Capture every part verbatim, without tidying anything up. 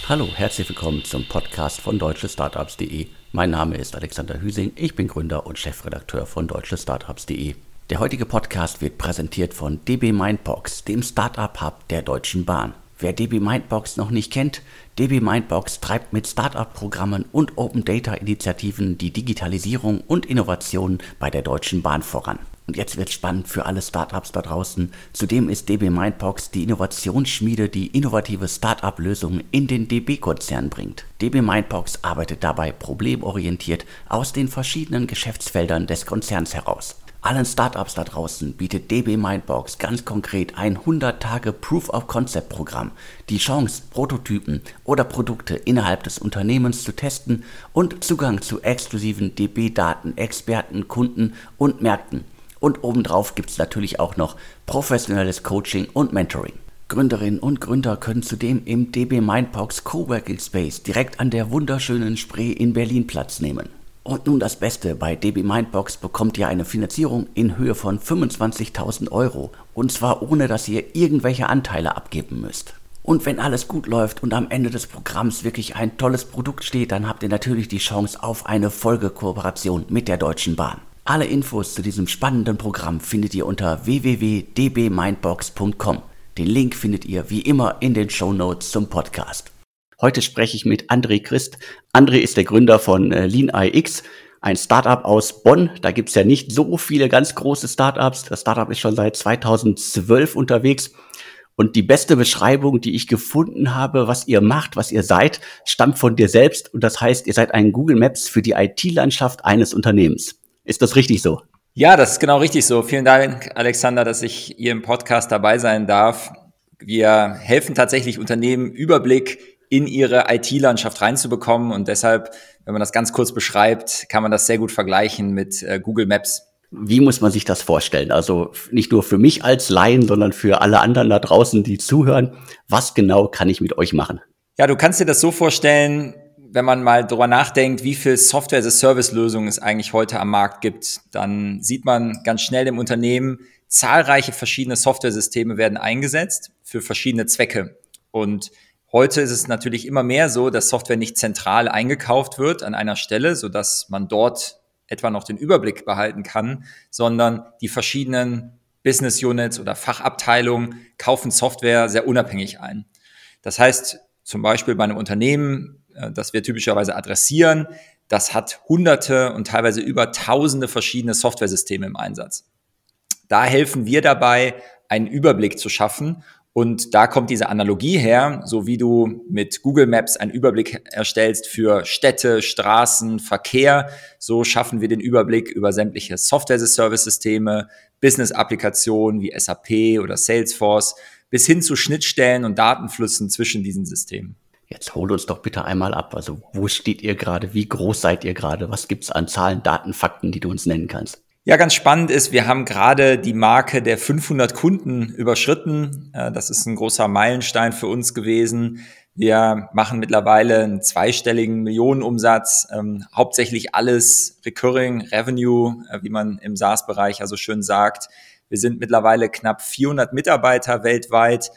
Hallo, herzlich willkommen zum Podcast von deutsche startups punkt de. Mein Name ist Alexander Hüsing, ich bin Gründer und Chefredakteur von deutsche startups punkt de. Der heutige Podcast wird präsentiert von D B Mindbox, dem Startup-Hub der Deutschen Bahn. Wer D B Mindbox noch nicht kennt, D B Mindbox treibt mit Startup-Programmen und Open-Data-Initiativen die Digitalisierung und Innovation bei der Deutschen Bahn voran. Und jetzt wird spannend für alle Startups da draußen. Zudem ist D B Mindbox die Innovationsschmiede, die innovative Startup-Lösungen in den D B-Konzern bringt. D B Mindbox arbeitet dabei problemorientiert aus den verschiedenen Geschäftsfeldern des Konzerns heraus. Allen Startups da draußen bietet D B Mindbox ganz konkret ein hundert Tage Proof-of-Concept-Programm, die Chance, Prototypen oder Produkte innerhalb des Unternehmens zu testen und Zugang zu exklusiven D B-Daten, Experten, Kunden und Märkten. Und obendrauf gibt es natürlich auch noch professionelles Coaching und Mentoring. Gründerinnen und Gründer können zudem im D B Mindbox Coworking Space direkt an der wunderschönen Spree in Berlin Platz nehmen. Und nun das Beste, bei D B Mindbox bekommt ihr eine Finanzierung in Höhe von fünfundzwanzigtausend Euro und zwar ohne, dass ihr irgendwelche Anteile abgeben müsst. Und wenn alles gut läuft und am Ende des Programms wirklich ein tolles Produkt steht, dann habt ihr natürlich die Chance auf eine Folgekooperation mit der Deutschen Bahn. Alle Infos zu diesem spannenden Programm findet ihr unter w w w punkt d b mindbox punkt com. Den Link findet ihr wie immer in den Shownotes zum Podcast. Heute spreche ich mit André Christ. André ist der Gründer von äh, LeanIX, ein Startup aus Bonn. Da gibt es ja nicht so viele ganz große Startups. Das Startup ist schon seit zweitausendzwölf unterwegs. Und die beste Beschreibung, die ich gefunden habe, was ihr macht, was ihr seid, stammt von dir selbst. Und das heißt, ihr seid ein Google Maps für die I T-Landschaft eines Unternehmens. Ist das richtig so? Ja, das ist genau richtig so. Vielen Dank, Alexander, dass ich hier im Podcast dabei sein darf. Wir helfen tatsächlich Unternehmen, Überblick in ihre I T-Landschaft reinzubekommen. Und deshalb, wenn man das ganz kurz beschreibt, kann man das sehr gut vergleichen mit äh, Google Maps. Wie muss man sich das vorstellen? Also nicht nur für mich als Laien, sondern für alle anderen da draußen, die zuhören. Was genau kann ich mit euch machen? Ja, du kannst dir das so vorstellen, wenn man mal drüber nachdenkt, wie viel Software-as-a-Service-Lösungen es eigentlich heute am Markt gibt, dann sieht man ganz schnell im Unternehmen, zahlreiche verschiedene Software-Systeme werden eingesetzt für verschiedene Zwecke. Und heute ist es natürlich immer mehr so, dass Software nicht zentral eingekauft wird an einer Stelle, sodass man dort etwa noch den Überblick behalten kann, sondern die verschiedenen Business Units oder Fachabteilungen kaufen Software sehr unabhängig ein. Das heißt, zum Beispiel bei einem Unternehmen, das wir typischerweise adressieren, das hat hunderte und teilweise über tausende verschiedene Softwaresysteme im Einsatz. Da helfen wir dabei, einen Überblick zu schaffen. Und da kommt diese Analogie her, so wie du mit Google Maps einen Überblick erstellst für Städte, Straßen, Verkehr, so schaffen wir den Überblick über sämtliche Software-as-a-Service-Systeme, Business-Applikationen wie S A P oder Salesforce, bis hin zu Schnittstellen und Datenflüssen zwischen diesen Systemen. Jetzt hol uns doch bitte einmal ab. Also wo steht ihr gerade? Wie groß seid ihr gerade? Was gibt's an Zahlen, Daten, Fakten, die du uns nennen kannst? Ja, ganz spannend ist, wir haben gerade die Marke der fünfhundert Kunden überschritten. Das ist ein großer Meilenstein für uns gewesen. Wir machen mittlerweile einen zweistelligen Millionenumsatz, ähm, hauptsächlich alles Recurring Revenue, äh, wie man im SaaS-Bereich also schön sagt. Wir sind mittlerweile knapp vierhundert Mitarbeiter weltweit,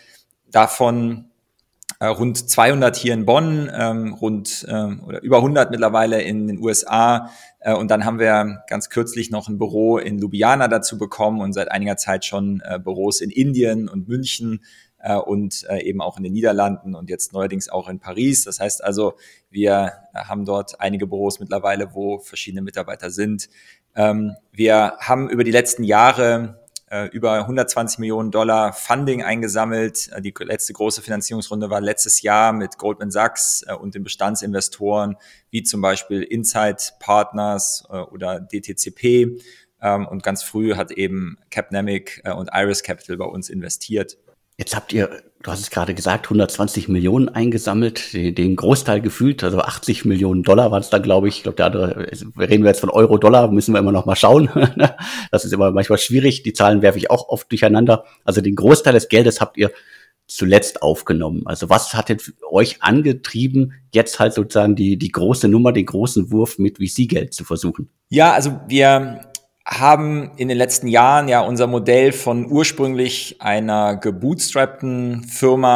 davon äh, rund zweihundert hier in Bonn, ähm, rund äh, oder über hundert mittlerweile in den U S A. Äh, und dann haben wir ganz kürzlich noch ein Büro in Ljubljana dazu bekommen und seit einiger Zeit schon äh, Büros in Indien und München äh, und äh, eben auch in den Niederlanden und jetzt neuerdings auch in Paris. Das heißt also, wir äh, haben dort einige Büros mittlerweile, wo verschiedene Mitarbeiter sind. Ähm, wir haben über die letzten Jahre über hundertzwanzig Millionen Dollar Funding eingesammelt. Die letzte große Finanzierungsrunde war letztes Jahr mit Goldman Sachs und den Bestandsinvestoren, wie zum Beispiel Insight Partners oder D T C P. Und ganz früh hat eben Capnamic und Iris Capital bei uns investiert. Jetzt habt ihr, du hast es gerade gesagt, hundertzwanzig Millionen eingesammelt, den Großteil gefühlt, also achtzig Millionen Dollar waren es dann, glaube ich. Ich glaube, der andere, reden wir jetzt von Euro, Dollar, müssen wir immer noch mal schauen. Das ist immer manchmal schwierig, die Zahlen werfe ich auch oft durcheinander. Also den Großteil des Geldes habt ihr zuletzt aufgenommen. Also was hat denn euch angetrieben, jetzt halt sozusagen die, die große Nummer, den großen Wurf mit V C-Geld zu versuchen? Ja, also wir haben in den letzten Jahren ja unser Modell von ursprünglich einer gebootstrappten Firma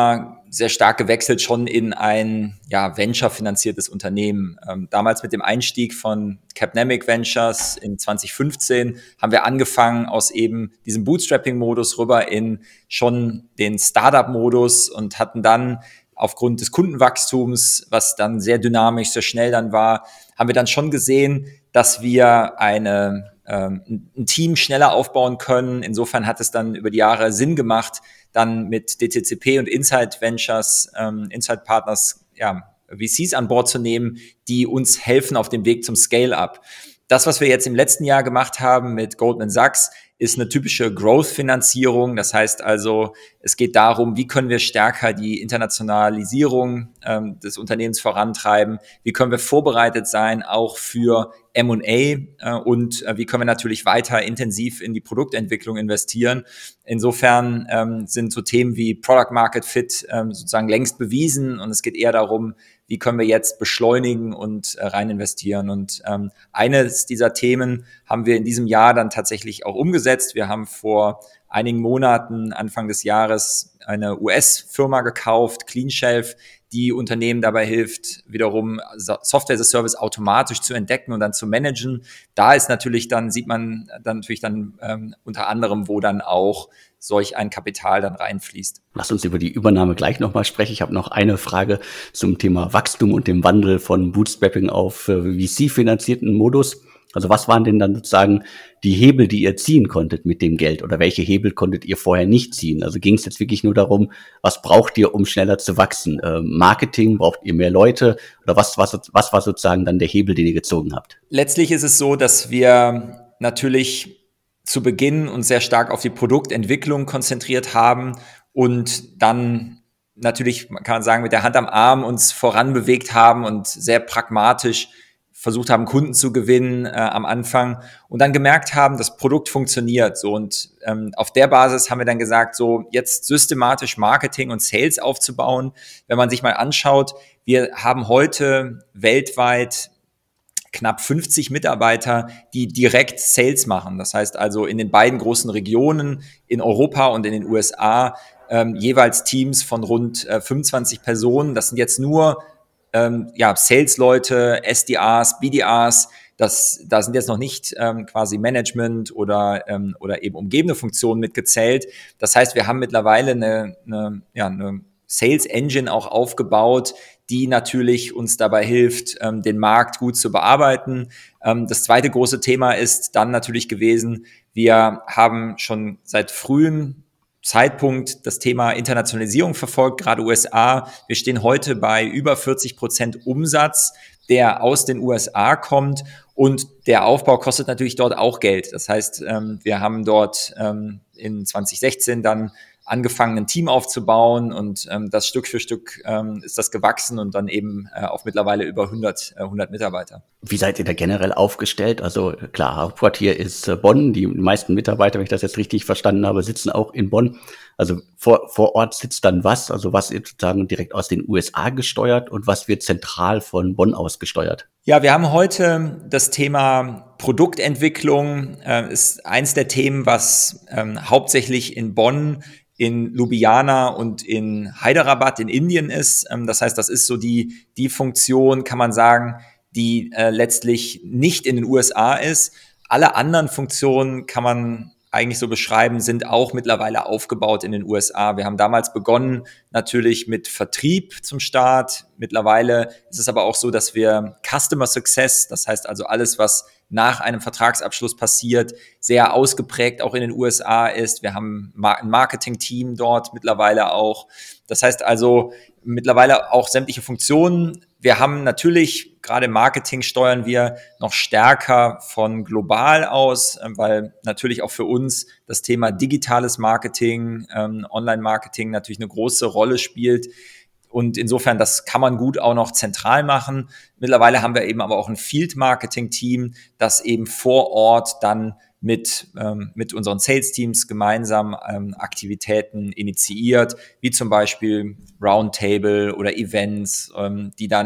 sehr stark gewechselt schon in ein ja, Venture-finanziertes Unternehmen. Ähm, damals mit dem Einstieg von Capnamic Ventures in zwanzig fünfzehn haben wir angefangen aus eben diesem Bootstrapping-Modus rüber in schon den Startup-Modus und hatten dann aufgrund des Kundenwachstums, was dann sehr dynamisch, sehr schnell dann war, haben wir dann schon gesehen, dass wir eine ein Team schneller aufbauen können. Insofern hat es dann über die Jahre Sinn gemacht, dann mit D T C P und Insight Ventures, ähm, Insight Partners, ja, V Cs an Bord zu nehmen, die uns helfen auf dem Weg zum Scale-up. Das, was wir jetzt im letzten Jahr gemacht haben mit Goldman Sachs, ist eine typische Growth-Finanzierung. Das heißt also, es geht darum, wie können wir stärker die Internationalisierung ähm, des Unternehmens vorantreiben? Wie können wir vorbereitet sein, auch für M und A? Äh, und äh, wie können wir natürlich weiter intensiv in die Produktentwicklung investieren? Insofern ähm, sind so Themen wie Product Market Fit ähm, sozusagen längst bewiesen. Und es geht eher darum, wie können wir jetzt beschleunigen und äh, rein investieren. Und ähm, eines dieser Themen haben wir in diesem Jahr dann tatsächlich auch umgesetzt. Wir haben vor einigen Monaten, Anfang des Jahres, eine U S-Firma gekauft, CleanShelf, die Unternehmen dabei hilft, wiederum Software as a Service automatisch zu entdecken und dann zu managen. Da ist natürlich dann, sieht man dann natürlich dann ähm, unter anderem, wo dann auch solch ein Kapital dann reinfließt. Lass uns über die Übernahme gleich nochmal sprechen. Ich habe noch eine Frage zum Thema Wachstum und dem Wandel von Bootstrapping auf äh, V C-finanzierten Modus. Also was waren denn dann sozusagen die Hebel, die ihr ziehen konntet mit dem Geld, oder welche Hebel konntet ihr vorher nicht ziehen? Also ging es jetzt wirklich nur darum, was braucht ihr, um schneller zu wachsen? Äh, Marketing, braucht ihr mehr Leute, oder was, was, was war sozusagen dann der Hebel, den ihr gezogen habt? Letztlich ist es so, dass wir natürlich zu Beginn uns sehr stark auf die Produktentwicklung konzentriert haben und dann natürlich, man kann sagen, mit der Hand am Arm uns voranbewegt haben und sehr pragmatisch versucht haben, Kunden zu gewinnen äh, am Anfang und dann gemerkt haben, das Produkt funktioniert so, und ähm, auf der Basis haben wir dann gesagt, so jetzt systematisch Marketing und Sales aufzubauen. Wenn man sich mal anschaut, wir haben heute weltweit knapp fünfzig Mitarbeiter, die direkt Sales machen. Das heißt also in den beiden großen Regionen, in Europa und in den U S A, ähm, jeweils Teams von rund äh, fünfundzwanzig Personen. Das sind jetzt nur ähm, ja, Sales-Leute, S D Rs, B D Rs. Das, da sind jetzt noch nicht ähm, quasi Management oder, ähm, oder eben umgebende Funktionen mitgezählt. Das heißt, wir haben mittlerweile eine, eine, ja, eine Sales Engine auch aufgebaut, die natürlich uns dabei hilft, ähm, den Markt gut zu bearbeiten. Ähm, das zweite große Thema ist dann natürlich gewesen, wir haben schon seit frühem Zeitpunkt das Thema Internationalisierung verfolgt, gerade U S A. Wir stehen heute bei über vierzig Prozent Umsatz, der aus den U S A kommt, und der Aufbau kostet natürlich dort auch Geld. Das heißt, ähm, wir haben dort ähm, in zwanzig sechzehn dann angefangen, ein Team aufzubauen, und ähm, das Stück für Stück ähm, ist das gewachsen und dann eben äh, auf mittlerweile über hundert, äh, hundert Mitarbeiter. Wie seid ihr da generell aufgestellt? Also klar, Hauptquartier ist äh, Bonn. Die meisten Mitarbeiter, wenn ich das jetzt richtig verstanden habe, sitzen auch in Bonn. Also vor, vor Ort sitzt dann was? Also was wird sozusagen direkt aus den U S A gesteuert und was wird zentral von Bonn aus gesteuert? Ja, wir haben heute das Thema Produktentwicklung, äh, ist eins der Themen, was ähm, hauptsächlich in Bonn, in Ljubljana und in Hyderabad in Indien ist. Ähm, das heißt, das ist so die, die Funktion, kann man sagen, die äh, letztlich nicht in den U S A ist. Alle anderen Funktionen kann man eigentlich so beschreiben, sind auch mittlerweile aufgebaut in den U S A. Wir haben damals begonnen natürlich mit Vertrieb zum Start. Mittlerweile ist es aber auch so, dass wir Customer Success, das heißt also alles, was nach einem Vertragsabschluss passiert, sehr ausgeprägt auch in den U S A ist. Wir haben ein Marketing-Team dort mittlerweile auch. Das heißt also mittlerweile auch sämtliche Funktionen. Wir haben natürlich, gerade im Marketing steuern wir noch stärker von global aus, weil natürlich auch für uns das Thema digitales Marketing, ähm, Online-Marketing natürlich eine große Rolle spielt. Und insofern, das kann man gut auch noch zentral machen. Mittlerweile haben wir eben aber auch ein Field-Marketing-Team, das eben vor Ort dann mit, ähm, mit unseren Sales-Teams gemeinsam ähm, Aktivitäten initiiert, wie zum Beispiel Roundtable oder Events, ähm, die dann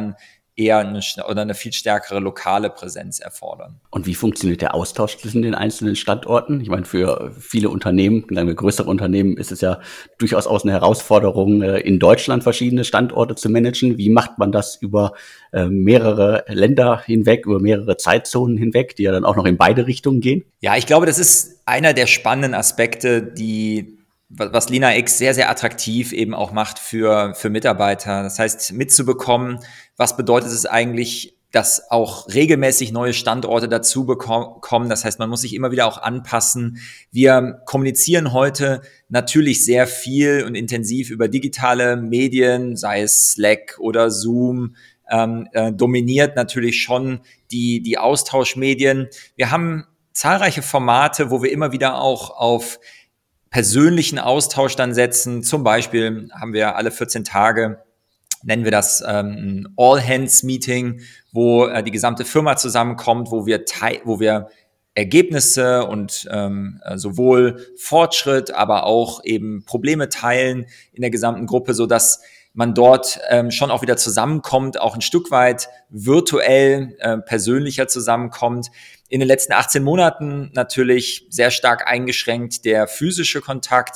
eher eine, oder eine viel stärkere lokale Präsenz erfordern. Und wie funktioniert der Austausch zwischen den einzelnen Standorten? Ich meine, für viele Unternehmen, lange größere Unternehmen, ist es ja durchaus auch eine Herausforderung, in Deutschland verschiedene Standorte zu managen. Wie macht man das über äh, mehrere Länder hinweg, über mehrere Zeitzonen hinweg, die ja dann auch noch in beide Richtungen gehen? Ja, ich glaube, das ist einer der spannenden Aspekte, die was LeanIX sehr, sehr attraktiv eben auch macht für, für Mitarbeiter. Das heißt, mitzubekommen, was bedeutet es eigentlich, dass auch regelmäßig neue Standorte dazu bekommen. Das heißt, man muss sich immer wieder auch anpassen. Wir kommunizieren heute natürlich sehr viel und intensiv über digitale Medien, sei es Slack oder Zoom, ähm, äh, dominiert natürlich schon die, die Austauschmedien. Wir haben zahlreiche Formate, wo wir immer wieder auch auf persönlichen Austausch dann setzen. Zum Beispiel haben wir alle vierzehn Tage, nennen wir das ähm, ein All-Hands-Meeting, wo äh, die gesamte Firma zusammenkommt, wo wir, te- wo wir Ergebnisse und ähm, sowohl Fortschritt, aber auch eben Probleme teilen in der gesamten Gruppe, sodass man dort ähm, schon auch wieder zusammenkommt, auch ein Stück weit virtuell, äh, persönlicher zusammenkommt. In den letzten achtzehn Monaten natürlich sehr stark eingeschränkt der physische Kontakt,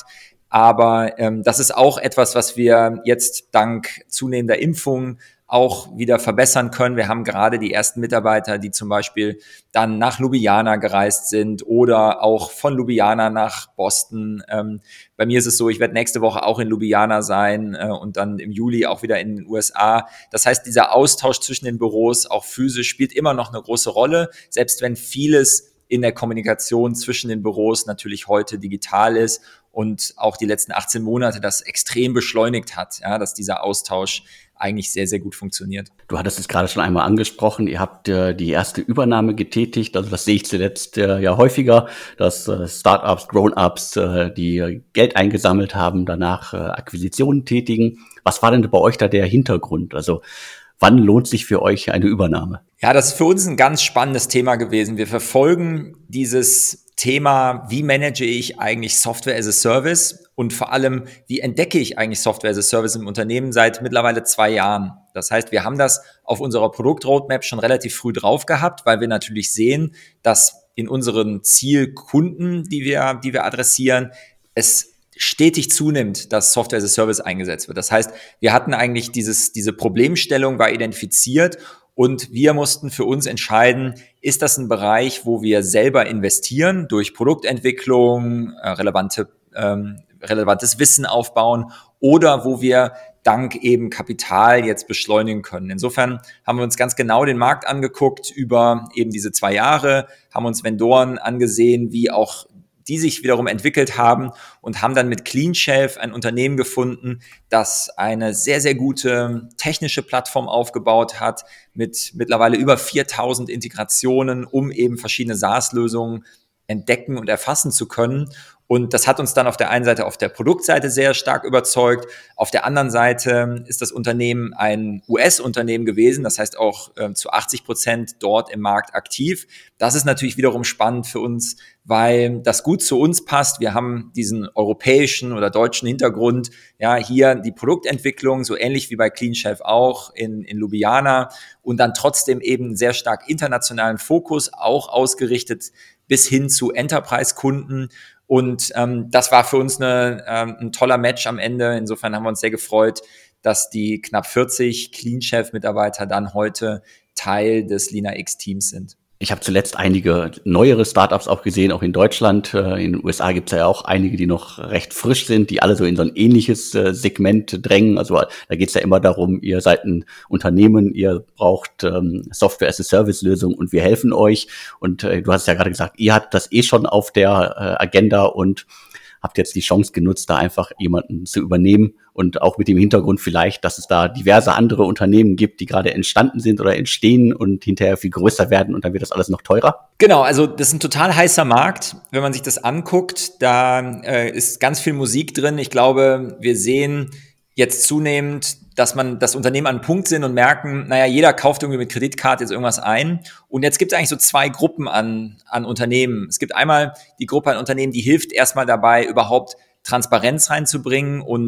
aber ähm, das ist auch etwas, was wir jetzt dank zunehmender Impfungen auch wieder verbessern können. Wir haben gerade die ersten Mitarbeiter, die zum Beispiel dann nach Ljubljana gereist sind oder auch von Ljubljana nach Boston. Ähm, bei mir ist es so, ich werde nächste Woche auch in Ljubljana sein äh, und dann im Juli auch wieder in den U S A. Das heißt, dieser Austausch zwischen den Büros, auch physisch, spielt immer noch eine große Rolle, selbst wenn vieles in der Kommunikation zwischen den Büros natürlich heute digital ist und auch die letzten achtzehn Monate das extrem beschleunigt hat, ja, dass dieser Austausch eigentlich sehr, sehr gut funktioniert. Du hattest es gerade schon einmal angesprochen, ihr habt äh, die erste Übernahme getätigt, also das sehe ich zuletzt äh, ja häufiger, dass äh, Startups, Grown-ups, äh, die Geld eingesammelt haben, danach äh, Akquisitionen tätigen. Was war denn bei euch da der Hintergrund? Also wann lohnt sich für euch eine Übernahme? Ja, das ist für uns ein ganz spannendes Thema gewesen. Wir verfolgen dieses Thema, wie manage ich eigentlich Software as a Service und vor allem, wie entdecke ich eigentlich Software as a Service im Unternehmen seit mittlerweile zwei Jahren. Das heißt, wir haben das auf unserer Produktroadmap schon relativ früh drauf gehabt, weil wir natürlich sehen, dass in unseren Zielkunden, die wir, die wir adressieren, es stetig zunimmt, dass Software as a Service eingesetzt wird. Das heißt, wir hatten eigentlich dieses, diese Problemstellung war identifiziert und wir mussten für uns entscheiden, ist das ein Bereich, wo wir selber investieren, durch Produktentwicklung, äh, relevante, ähm, relevantes Wissen aufbauen oder wo wir dank eben Kapital jetzt beschleunigen können. Insofern haben wir uns ganz genau den Markt angeguckt über eben diese zwei Jahre, haben uns Vendoren angesehen, wie auch die sich wiederum entwickelt haben und haben dann mit CleanShelf ein Unternehmen gefunden, das eine sehr, sehr gute technische Plattform aufgebaut hat mit mittlerweile über viertausend Integrationen, um eben verschiedene SaaS-Lösungen entdecken und erfassen zu können. Und das hat uns dann auf der einen Seite auf der Produktseite sehr stark überzeugt. Auf der anderen Seite ist das Unternehmen ein U S-Unternehmen gewesen, das heißt auch äh, zu achtzig Prozent dort im Markt aktiv. Das ist natürlich wiederum spannend für uns, weil das gut zu uns passt. Wir haben diesen europäischen oder deutschen Hintergrund. Ja, hier die Produktentwicklung, so ähnlich wie bei CleanShelf auch in, in Ljubljana und dann trotzdem eben sehr stark internationalen Fokus, auch ausgerichtet bis hin zu Enterprise-Kunden. Und ähm, das war für uns eine, ähm, ein toller Match am Ende. Insofern haben wir uns sehr gefreut, dass die knapp vierzig CleanShelf-Mitarbeiter dann heute Teil des LeanIX-Teams sind. Ich habe zuletzt einige neuere Startups auch gesehen, auch in Deutschland. In den U S A gibt es ja auch einige, die noch recht frisch sind, die alle so in so ein ähnliches Segment drängen. Also da geht es ja immer darum, ihr seid ein Unternehmen, ihr braucht ähm, Software-as-a-Service-Lösung und wir helfen euch. Und äh, du hast ja gerade gesagt, ihr habt das eh schon auf der äh, Agenda und habt jetzt die Chance genutzt, da einfach jemanden zu übernehmen und auch mit dem Hintergrund vielleicht, dass es da diverse andere Unternehmen gibt, die gerade entstanden sind oder entstehen und hinterher viel größer werden und dann wird das alles noch teurer? Genau, also das ist ein total heißer Markt. Wenn man sich das anguckt, da äh, ist ganz viel Musik drin. Ich glaube, wir sehen jetzt zunehmend, dass man das Unternehmen an einem Punkt sind und merken, naja, jeder kauft irgendwie mit Kreditkarte jetzt irgendwas ein. Und jetzt gibt es eigentlich so zwei Gruppen an, an Unternehmen. Es gibt einmal die Gruppe an Unternehmen, die hilft erstmal dabei, überhaupt Transparenz reinzubringen und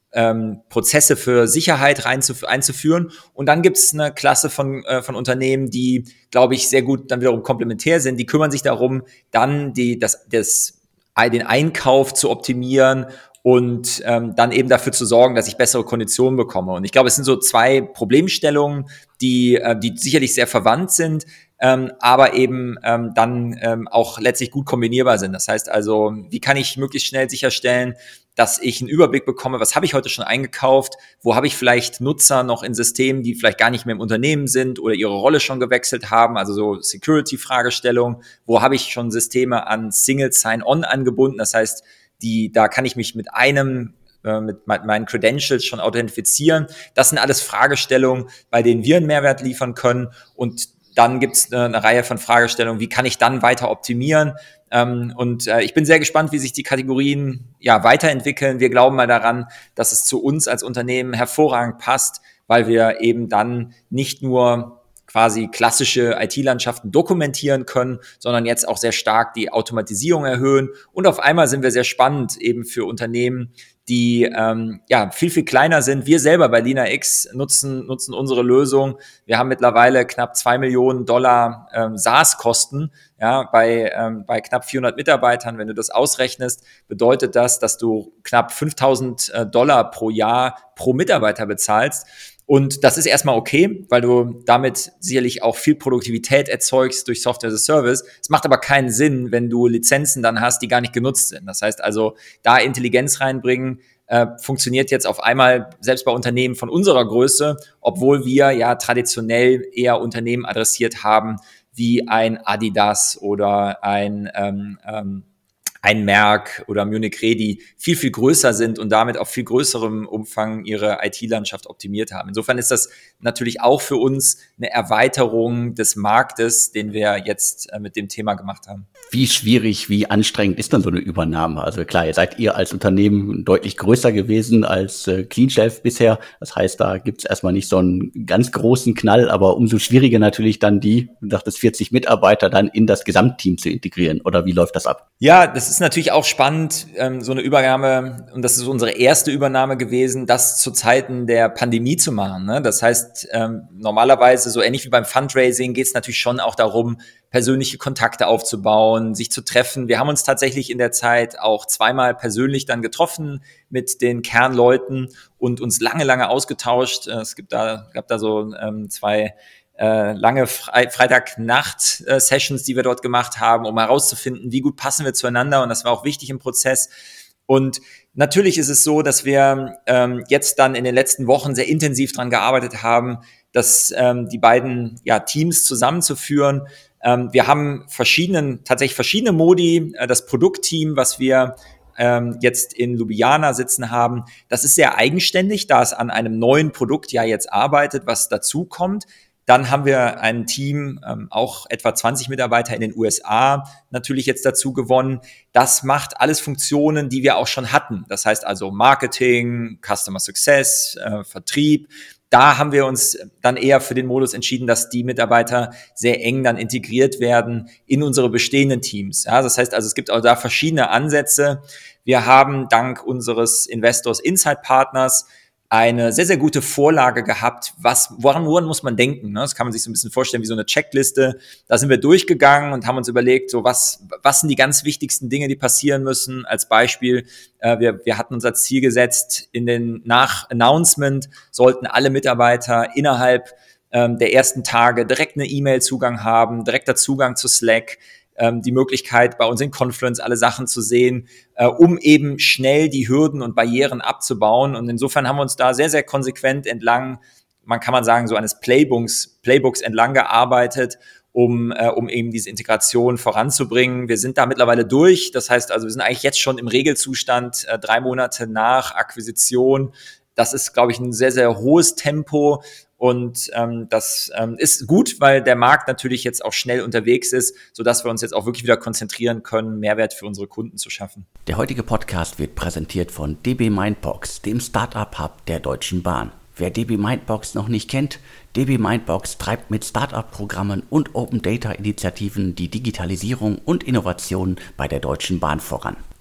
ähm, Prozesse für Sicherheit reinzuf- einzuführen. Und dann gibt es eine Klasse von, äh, von Unternehmen, die, glaube ich, sehr gut dann wiederum komplementär sind. Die kümmern sich darum, dann die, das, das, den Einkauf zu optimieren und ähm, dann eben dafür zu sorgen, dass ich bessere Konditionen bekomme. Und ich glaube, es sind so zwei Problemstellungen, die, äh, die sicherlich sehr verwandt sind, ähm, aber eben ähm, dann ähm, auch letztlich gut kombinierbar sind. Das heißt also, wie kann ich möglichst schnell sicherstellen, dass ich einen Überblick bekomme, was habe ich heute schon eingekauft, wo habe ich vielleicht Nutzer noch in Systemen, die vielleicht gar nicht mehr im Unternehmen sind oder ihre Rolle schon gewechselt haben, also so Security-Fragestellungen, wo habe ich schon Systeme an Single Sign-On angebunden, das heißt, die, da kann ich mich mit einem äh, mit meinen Credentials schon authentifizieren. Das sind alles Fragestellungen, bei denen wir einen Mehrwert liefern können. Und dann gibt es eine, eine Reihe von Fragestellungen, wie kann ich dann weiter optimieren? Ähm, und äh, ich bin sehr gespannt, wie sich die Kategorien ja weiterentwickeln. Wir glauben mal daran, dass es zu uns als Unternehmen hervorragend passt, weil wir eben dann nicht nur quasi klassische I T-Landschaften dokumentieren können, sondern jetzt auch sehr stark die Automatisierung erhöhen. Und auf einmal sind wir sehr spannend eben für Unternehmen, die ähm, ja viel, viel kleiner sind. Wir selber bei LeanIX nutzen, nutzen unsere Lösung. Wir haben mittlerweile knapp zwei Millionen Dollar ähm, SaaS-Kosten, ja, bei, ähm, bei knapp vierhundert Mitarbeitern. Wenn du das ausrechnest, bedeutet das, dass du knapp fünftausend Dollar pro Jahr pro Mitarbeiter bezahlst. Und das ist erstmal okay, weil du damit sicherlich auch viel Produktivität erzeugst durch Software as a Service. Es macht aber keinen Sinn, wenn du Lizenzen dann hast, die gar nicht genutzt sind. Das heißt also, da Intelligenz reinbringen, äh, funktioniert jetzt auf einmal selbst bei Unternehmen von unserer Größe, obwohl wir ja traditionell eher Unternehmen adressiert haben, wie ein Adidas oder ein ähm, ähm, ein Merck oder Munich Re, die viel, viel größer sind und damit auf viel größerem Umfang ihre I T-Landschaft optimiert haben. Insofern ist das natürlich auch für uns eine Erweiterung des Marktes, den wir jetzt äh, mit dem Thema gemacht haben. Wie schwierig, wie anstrengend ist dann so eine Übernahme? Also klar, ihr seid ihr als Unternehmen deutlich größer gewesen als äh, CleanShelf bisher. Das heißt, da gibt's erstmal nicht so einen ganz großen Knall, aber umso schwieriger natürlich dann die, du dachtest vierzig Mitarbeiter dann in das Gesamtteam zu integrieren. Oder wie läuft das ab? Ja, das ist natürlich auch spannend, ähm, so eine Übernahme, und das ist unsere erste Übernahme gewesen, das zu Zeiten der Pandemie zu machen. Ne? Das heißt, ähm, normalerweise, so ähnlich wie beim Fundraising, geht es natürlich schon auch darum, persönliche Kontakte aufzubauen, sich zu treffen. Wir haben uns tatsächlich in der Zeit auch zweimal persönlich dann getroffen mit den Kernleuten und uns lange, lange ausgetauscht. Es gibt da, gab da so ähm, zwei Äh, lange Fre- Freitagnacht-Sessions, die wir dort gemacht haben, um herauszufinden, wie gut passen wir zueinander, und das war auch wichtig im Prozess. Und natürlich ist es so, dass wir ähm, jetzt dann in den letzten Wochen sehr intensiv daran gearbeitet haben, dass ähm, die beiden ja, Teams zusammenzuführen. Ähm, wir haben verschiedenen, tatsächlich verschiedene Modi. Äh, das Produktteam, was wir ähm, jetzt in Ljubljana sitzen haben, das ist sehr eigenständig, da es an einem neuen Produkt ja jetzt arbeitet, was dazu kommt. Dann haben wir ein Team, ähm, auch etwa zwanzig Mitarbeiter in den U S A natürlich jetzt dazu gewonnen. Das macht alles Funktionen, die wir auch schon hatten. Das heißt also Marketing, Customer Success, äh, Vertrieb. Da haben wir uns dann eher für den Modus entschieden, dass die Mitarbeiter sehr eng dann integriert werden in unsere bestehenden Teams. Ja, das heißt also, es gibt auch da verschiedene Ansätze. Wir haben dank unseres Investors Insight Partners eine sehr, sehr gute Vorlage gehabt, was, woran, woran muss man denken, ne? Das kann man sich so ein bisschen vorstellen wie so eine Checkliste. Da sind wir durchgegangen und haben uns überlegt, so was, was sind die ganz wichtigsten Dinge, die passieren müssen. Als Beispiel, äh, wir, wir hatten uns als Ziel gesetzt, in den nach Announcement sollten alle Mitarbeiter innerhalb ähm, der ersten Tage direkt eine E-Mail-Zugang haben, direkter Zugang zu Slack, die Möglichkeit, bei uns in Confluence alle Sachen zu sehen, äh, um eben schnell die Hürden und Barrieren abzubauen. Und insofern haben wir uns da sehr, sehr konsequent entlang, man kann man sagen, so eines Playbooks, Playbooks entlang gearbeitet, um, äh, um eben diese Integration voranzubringen. Wir sind da mittlerweile durch. Das heißt also, wir sind eigentlich jetzt schon im Regelzustand, äh, drei Monate nach Akquisition. Das ist, glaube ich, ein sehr, sehr hohes Tempo. Und ähm, das ähm, ist gut, weil der Markt natürlich jetzt auch schnell unterwegs ist, sodass wir uns jetzt auch wirklich wieder konzentrieren können, Mehrwert für unsere Kunden zu schaffen. Der heutige Podcast wird präsentiert von D B Mindbox, dem Startup-Hub der Deutschen Bahn. Wer D B Mindbox noch nicht kennt, D B Mindbox treibt mit Startup-Programmen und Open-Data-Initiativen die Digitalisierung und Innovation bei der Deutschen Bahn voran.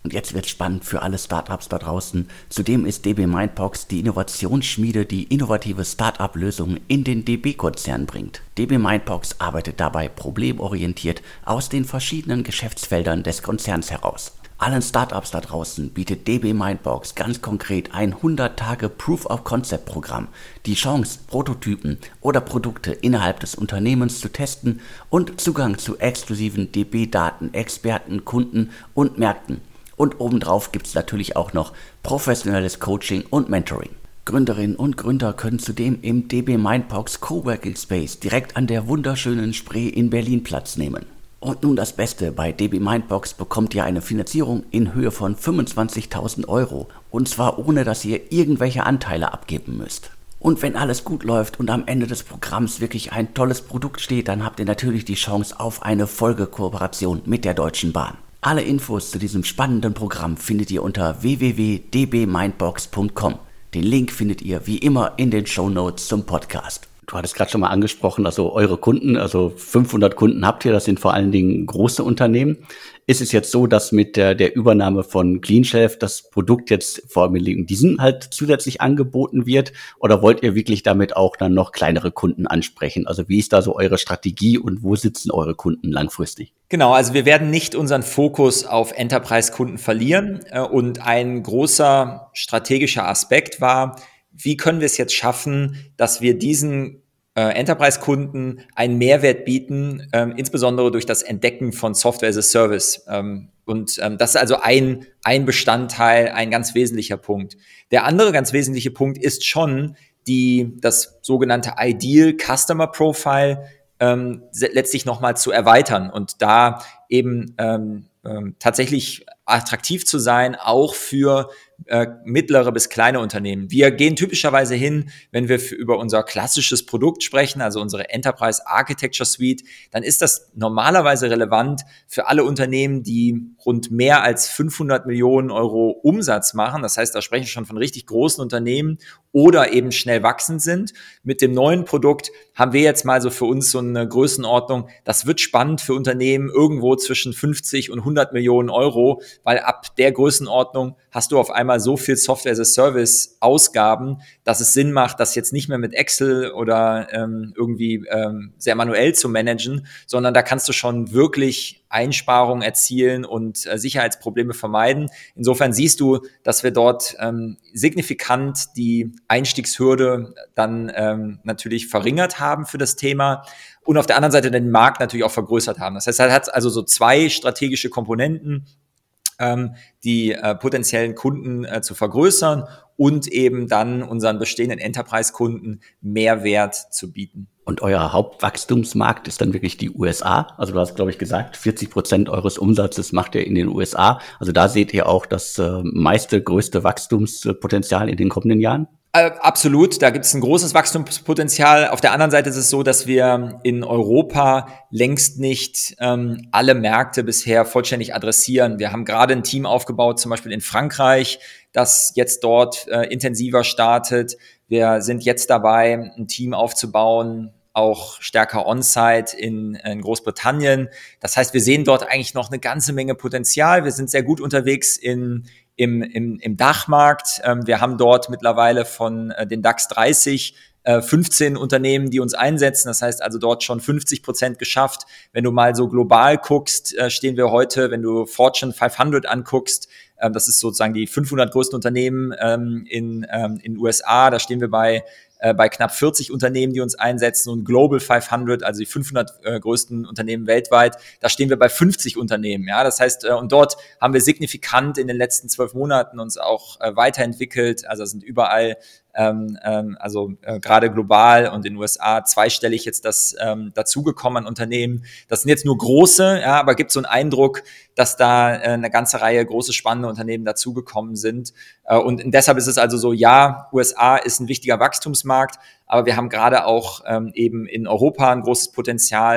Und jetzt wird spannend für alle Startups da draußen. Zudem ist D B Mindbox die Innovationsschmiede, die innovative Startup-Lösungen in den D B-Konzern bringt. D B Mindbox arbeitet dabei problemorientiert aus den verschiedenen Geschäftsfeldern des Konzerns heraus. Allen Startups da draußen bietet D B Mindbox ganz konkret ein hundert Tage Proof-of-Concept-Programm, die Chance, Prototypen oder Produkte innerhalb des Unternehmens zu testen und Zugang zu exklusiven D B-Daten, Experten, Kunden und Märkten. Und obendrauf gibt es natürlich auch noch professionelles Coaching und Mentoring. Gründerinnen und Gründer können zudem im D B Mindbox Coworking Space direkt an der wunderschönen Spree in Berlin Platz nehmen. Und nun das Beste, bei D B Mindbox bekommt ihr eine Finanzierung in Höhe von fünfundzwanzigtausend Euro und zwar ohne, dass ihr irgendwelche Anteile abgeben müsst. Und wenn alles gut läuft und am Ende des Programms wirklich ein tolles Produkt steht, dann habt ihr natürlich die Chance auf eine Folgekooperation mit der Deutschen Bahn. Alle Infos zu diesem spannenden Programm findet ihr unter w w w punkt d b mindbox punkt com. Den Link findet ihr wie immer in den Shownotes zum Podcast. Du hattest gerade schon mal angesprochen, also eure Kunden, also fünfhundert Kunden habt ihr, das sind vor allen Dingen große Unternehmen. Ist es jetzt so, dass mit der, der Übernahme von CleanShelf das Produkt jetzt vor allem in diesen halt zusätzlich angeboten wird? Oder wollt ihr wirklich damit auch dann noch kleinere Kunden ansprechen? Also wie ist da so eure Strategie und wo sitzen eure Kunden langfristig? Genau, also wir werden nicht unseren Fokus auf Enterprise-Kunden verlieren. Und ein großer strategischer Aspekt war, wie können wir es jetzt schaffen, dass wir diesen äh, Enterprise-Kunden einen Mehrwert bieten, ähm, insbesondere durch das Entdecken von Software as a Service. Ähm, und ähm, das ist also ein, ein Bestandteil, ein ganz wesentlicher Punkt. Der andere ganz wesentliche Punkt ist schon die, das sogenannte Ideal Customer Profile ähm, letztlich nochmal zu erweitern und da eben ähm, ähm, tatsächlich attraktiv zu sein, auch für äh, mittlere bis kleine Unternehmen. Wir gehen typischerweise hin, wenn wir für, über unser klassisches Produkt sprechen, also unsere Enterprise Architecture Suite, dann ist das normalerweise relevant für alle Unternehmen, die rund mehr als fünfhundert Millionen Euro Umsatz machen. Das heißt, da sprechen wir schon von richtig großen Unternehmen oder eben schnell wachsend sind. Mit dem neuen Produkt haben wir jetzt mal so für uns so eine Größenordnung, das wird spannend für Unternehmen irgendwo zwischen fünfzig und hundert Millionen Euro, weil ab der Größenordnung hast du auf einmal so viel Software as a Service Ausgaben, dass es Sinn macht, das jetzt nicht mehr mit Excel oder ähm, irgendwie ähm, sehr manuell zu managen, sondern da kannst du schon wirklich Einsparungen erzielen und äh, Sicherheitsprobleme vermeiden. Insofern siehst du, dass wir dort ähm, signifikant die Einstiegshürde dann ähm, natürlich verringert haben für das Thema und auf der anderen Seite den Markt natürlich auch vergrößert haben. Das heißt, es hat also so zwei strategische Komponenten, ähm, die äh, potenziellen Kunden äh, zu vergrößern und eben dann unseren bestehenden Enterprise-Kunden Mehrwert zu bieten. Und euer Hauptwachstumsmarkt ist dann wirklich die U S A. Also du hast, glaube ich, gesagt, vierzig Prozent eures Umsatzes macht ihr in den U S A. Also da seht ihr auch das äh, meiste, größte Wachstumspotenzial in den kommenden Jahren? Äh, absolut, da gibt es ein großes Wachstumspotenzial. Auf der anderen Seite ist es so, dass wir in Europa längst nicht ähm, alle Märkte bisher vollständig adressieren. Wir haben gerade ein Team aufgebaut, zum Beispiel in Frankreich, das jetzt dort äh, intensiver startet. Wir sind jetzt dabei, ein Team aufzubauen, auch stärker on-site in, in Großbritannien. Das heißt, wir sehen dort eigentlich noch eine ganze Menge Potenzial. Wir sind sehr gut unterwegs in Im, im, im Dachmarkt. Ähm, wir haben dort mittlerweile von äh, den DAX dreißig äh, fünfzehn Unternehmen, die uns einsetzen. Das heißt also dort schon fünfzig Prozent geschafft. Wenn du mal so global guckst, äh, stehen wir heute, wenn du Fortune fünfhundert anguckst, äh, das ist sozusagen die fünfhundert größten Unternehmen ähm, in ähm, in U S A, da stehen wir bei äh, bei knapp vierzig Unternehmen, die uns einsetzen, und Global fünfhundert, also die fünfhundert äh, größten Unternehmen weltweit, da stehen wir bei fünfzig Unternehmen. Ja, das heißt, äh, und dort haben wir signifikant in den letzten zwölf Monaten uns auch äh, weiterentwickelt. Also sind überall Ähm, ähm, also äh, gerade global und in den U S A zweistellig jetzt das ähm, dazugekommen an Unternehmen. Das sind jetzt nur große, ja, aber gibt so einen Eindruck, dass da äh, eine ganze Reihe große, spannende Unternehmen dazugekommen sind. Äh, und deshalb ist es also so, ja, U S A ist ein wichtiger Wachstumsmarkt, aber wir haben gerade auch ähm, eben in Europa ein großes Potenzial.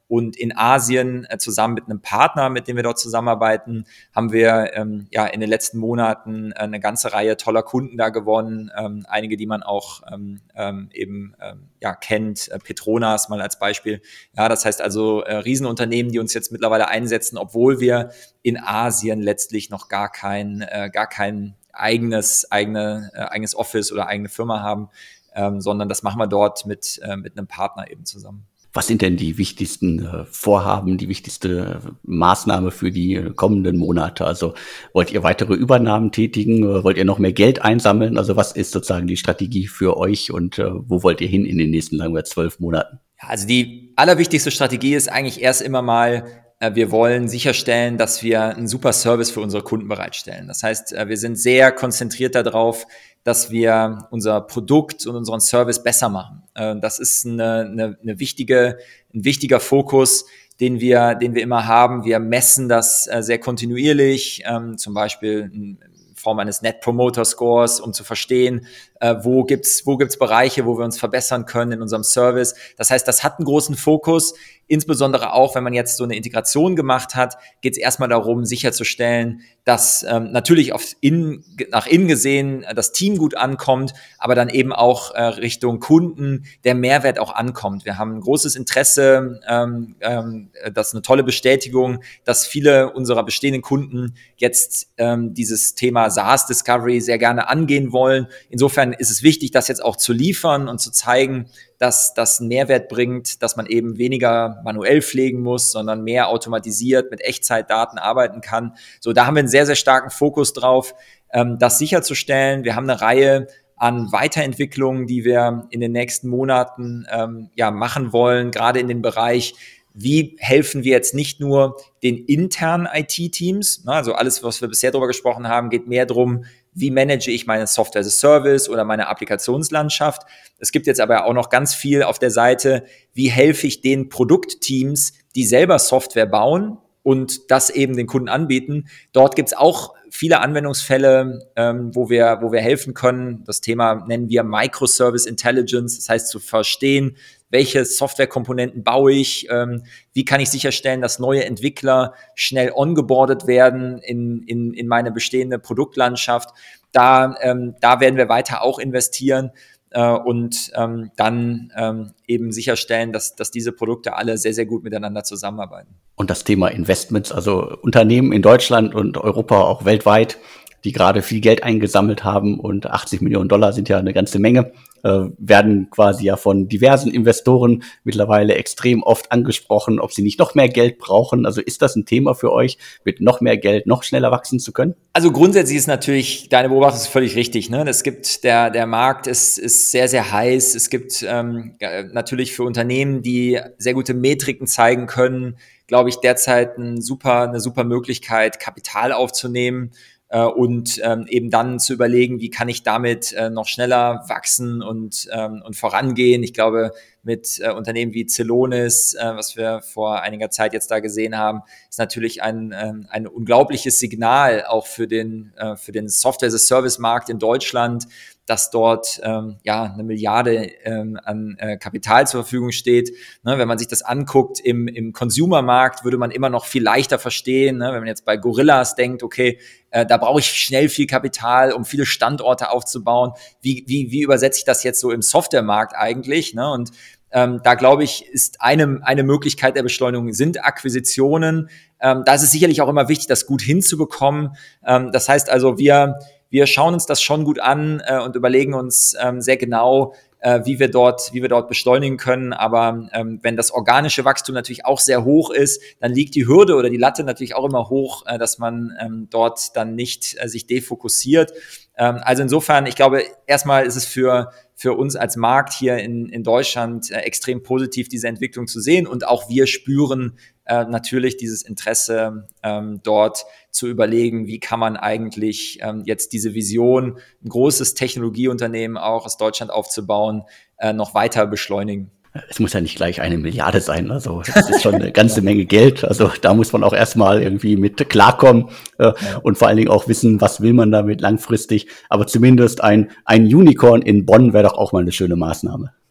Und in Asien äh, zusammen mit einem Partner, mit dem wir dort zusammenarbeiten, haben wir ähm, ja in den letzten Monaten äh, eine ganze Reihe toller Kunden da gewonnen. Ähm, einige, die man auch ähm, ähm, eben ähm, ja kennt, äh, Petronas mal als Beispiel. Ja, das heißt also äh, Riesenunternehmen, die uns jetzt mittlerweile einsetzen, obwohl wir in Asien letztlich noch gar kein äh, gar kein eigenes eigene äh, eigenes Office oder eigene Firma haben, ähm, sondern das machen wir dort mit äh, mit einem Partner eben zusammen. Was sind denn die wichtigsten äh, Vorhaben, die wichtigste äh, Maßnahme für die äh, kommenden Monate? Also wollt ihr weitere Übernahmen tätigen? Äh, wollt ihr noch mehr Geld einsammeln? Also was ist sozusagen die Strategie für euch und äh, wo wollt ihr hin in den nächsten, sagen wir, zwölf Monaten? Ja, also die allerwichtigste Strategie ist eigentlich erst immer mal, äh, wir wollen sicherstellen, dass wir einen super Service für unsere Kunden bereitstellen. Das heißt, äh, wir sind sehr konzentriert darauf, dass wir unser Produkt und unseren Service besser machen. Das ist eine, eine, eine wichtige, ein wichtiger Fokus, den wir, den wir immer haben. Wir messen das sehr kontinuierlich, zum Beispiel in Form eines Net Promoter Scores, um zu verstehen, wo gibt's, wo gibt's Bereiche, wo wir uns verbessern können in unserem Service. Das heißt, das hat einen großen Fokus. Insbesondere auch, wenn man jetzt so eine Integration gemacht hat, geht es erstmal darum, sicherzustellen, dass ähm, natürlich auf in, nach innen gesehen äh, das Team gut ankommt, aber dann eben auch äh, Richtung Kunden der Mehrwert auch ankommt. Wir haben ein großes Interesse, ähm, ähm, das ist eine tolle Bestätigung, dass viele unserer bestehenden Kunden jetzt ähm, dieses Thema SaaS Discovery sehr gerne angehen wollen. Insofern ist es wichtig, das jetzt auch zu liefern und zu zeigen, dass das einen Mehrwert bringt, dass man eben weniger manuell pflegen muss, sondern mehr automatisiert mit Echtzeitdaten arbeiten kann. So, da haben wir einen sehr, sehr starken Fokus drauf, ähm, das sicherzustellen. Wir haben eine Reihe an Weiterentwicklungen, die wir in den nächsten Monaten ähm, ja machen wollen, gerade in dem Bereich, wie helfen wir jetzt nicht nur den internen I T-Teams, also alles, was wir bisher darüber gesprochen haben, geht mehr darum, wie manage ich meine Software as a Service oder meine Applikationslandschaft. Es gibt jetzt aber auch noch ganz viel auf der Seite, wie helfe ich den Produktteams, die selber Software bauen und das eben den Kunden anbieten. Dort gibt es auch viele Anwendungsfälle, ähm, wo wir, wo wir helfen können. Das Thema nennen wir Microservice Intelligence, das heißt zu verstehen, welche Softwarekomponenten baue ich, ähm, wie kann ich sicherstellen, dass neue Entwickler schnell ongeboardet werden in, in, in meine bestehende Produktlandschaft. Da, ähm, da werden wir weiter auch investieren äh, und ähm, dann ähm, eben sicherstellen, dass, dass diese Produkte alle sehr, sehr gut miteinander zusammenarbeiten. Und das Thema Investments, also Unternehmen in Deutschland und Europa, auch weltweit, die gerade viel Geld eingesammelt haben und achtzig Millionen Dollar sind ja eine ganze Menge, äh, werden quasi ja von diversen Investoren mittlerweile extrem oft angesprochen, ob sie nicht noch mehr Geld brauchen. Also ist das ein Thema für euch, mit noch mehr Geld noch schneller wachsen zu können? Also grundsätzlich ist natürlich, deine Beobachtung ist völlig richtig, ne? Es gibt, der, der Markt ist, ist sehr, sehr heiß. Es gibt ähm, natürlich für Unternehmen, die sehr gute Metriken zeigen können, glaube ich, derzeit ein super, eine super Möglichkeit, Kapital aufzunehmen. Und ähm, eben dann zu überlegen, wie kann ich damit äh, noch schneller wachsen und, ähm, und vorangehen. Ich glaube, mit äh, Unternehmen wie Celonis, äh, was wir vor einiger Zeit jetzt da gesehen haben, ist natürlich ein, ähm, ein unglaubliches Signal auch für den, äh, für den Software-as-a-Service-Markt in Deutschland, dass dort ähm, ja eine Milliarde ähm, an äh, Kapital zur Verfügung steht. Ne, wenn man sich das anguckt im, im Consumer-Markt, würde man immer noch viel leichter verstehen. Ne, wenn man jetzt bei Gorillas denkt, okay, äh, da brauche ich schnell viel Kapital, um viele Standorte aufzubauen. Wie, wie, wie übersetze ich das jetzt so im Software-Markt eigentlich? Ne? Und ähm, da glaube ich, ist eine, eine Möglichkeit der Beschleunigung sind Akquisitionen. Ähm, da ist es sicherlich auch immer wichtig, das gut hinzubekommen. Ähm, das heißt also, wir Wir schauen uns das schon gut an äh, und überlegen uns ähm, sehr genau, äh, wie wir dort, wie wir dort beschleunigen können. Aber ähm, wenn das organische Wachstum natürlich auch sehr hoch ist, dann liegt die Hürde oder die Latte natürlich auch immer hoch, äh, dass man ähm, dort dann nicht äh, sich defokussiert. Ähm, also insofern, ich glaube, erstmal ist es für für uns als Markt hier in, in Deutschland äh, extrem positiv, diese Entwicklung zu sehen. Und auch wir spüren äh, natürlich dieses Interesse, ähm, dort zu überlegen, wie kann man eigentlich ähm, jetzt diese Vision, ein großes Technologieunternehmen auch aus Deutschland aufzubauen, äh, noch weiter beschleunigen. Es muss ja nicht gleich eine Milliarde sein, also das ist schon eine ganze Menge Geld, also da muss man auch erstmal irgendwie mit klarkommen äh, ja. und vor allen Dingen auch wissen, was will man damit langfristig, aber zumindest ein ein Unicorn in Bonn wäre doch auch mal eine schöne Maßnahme.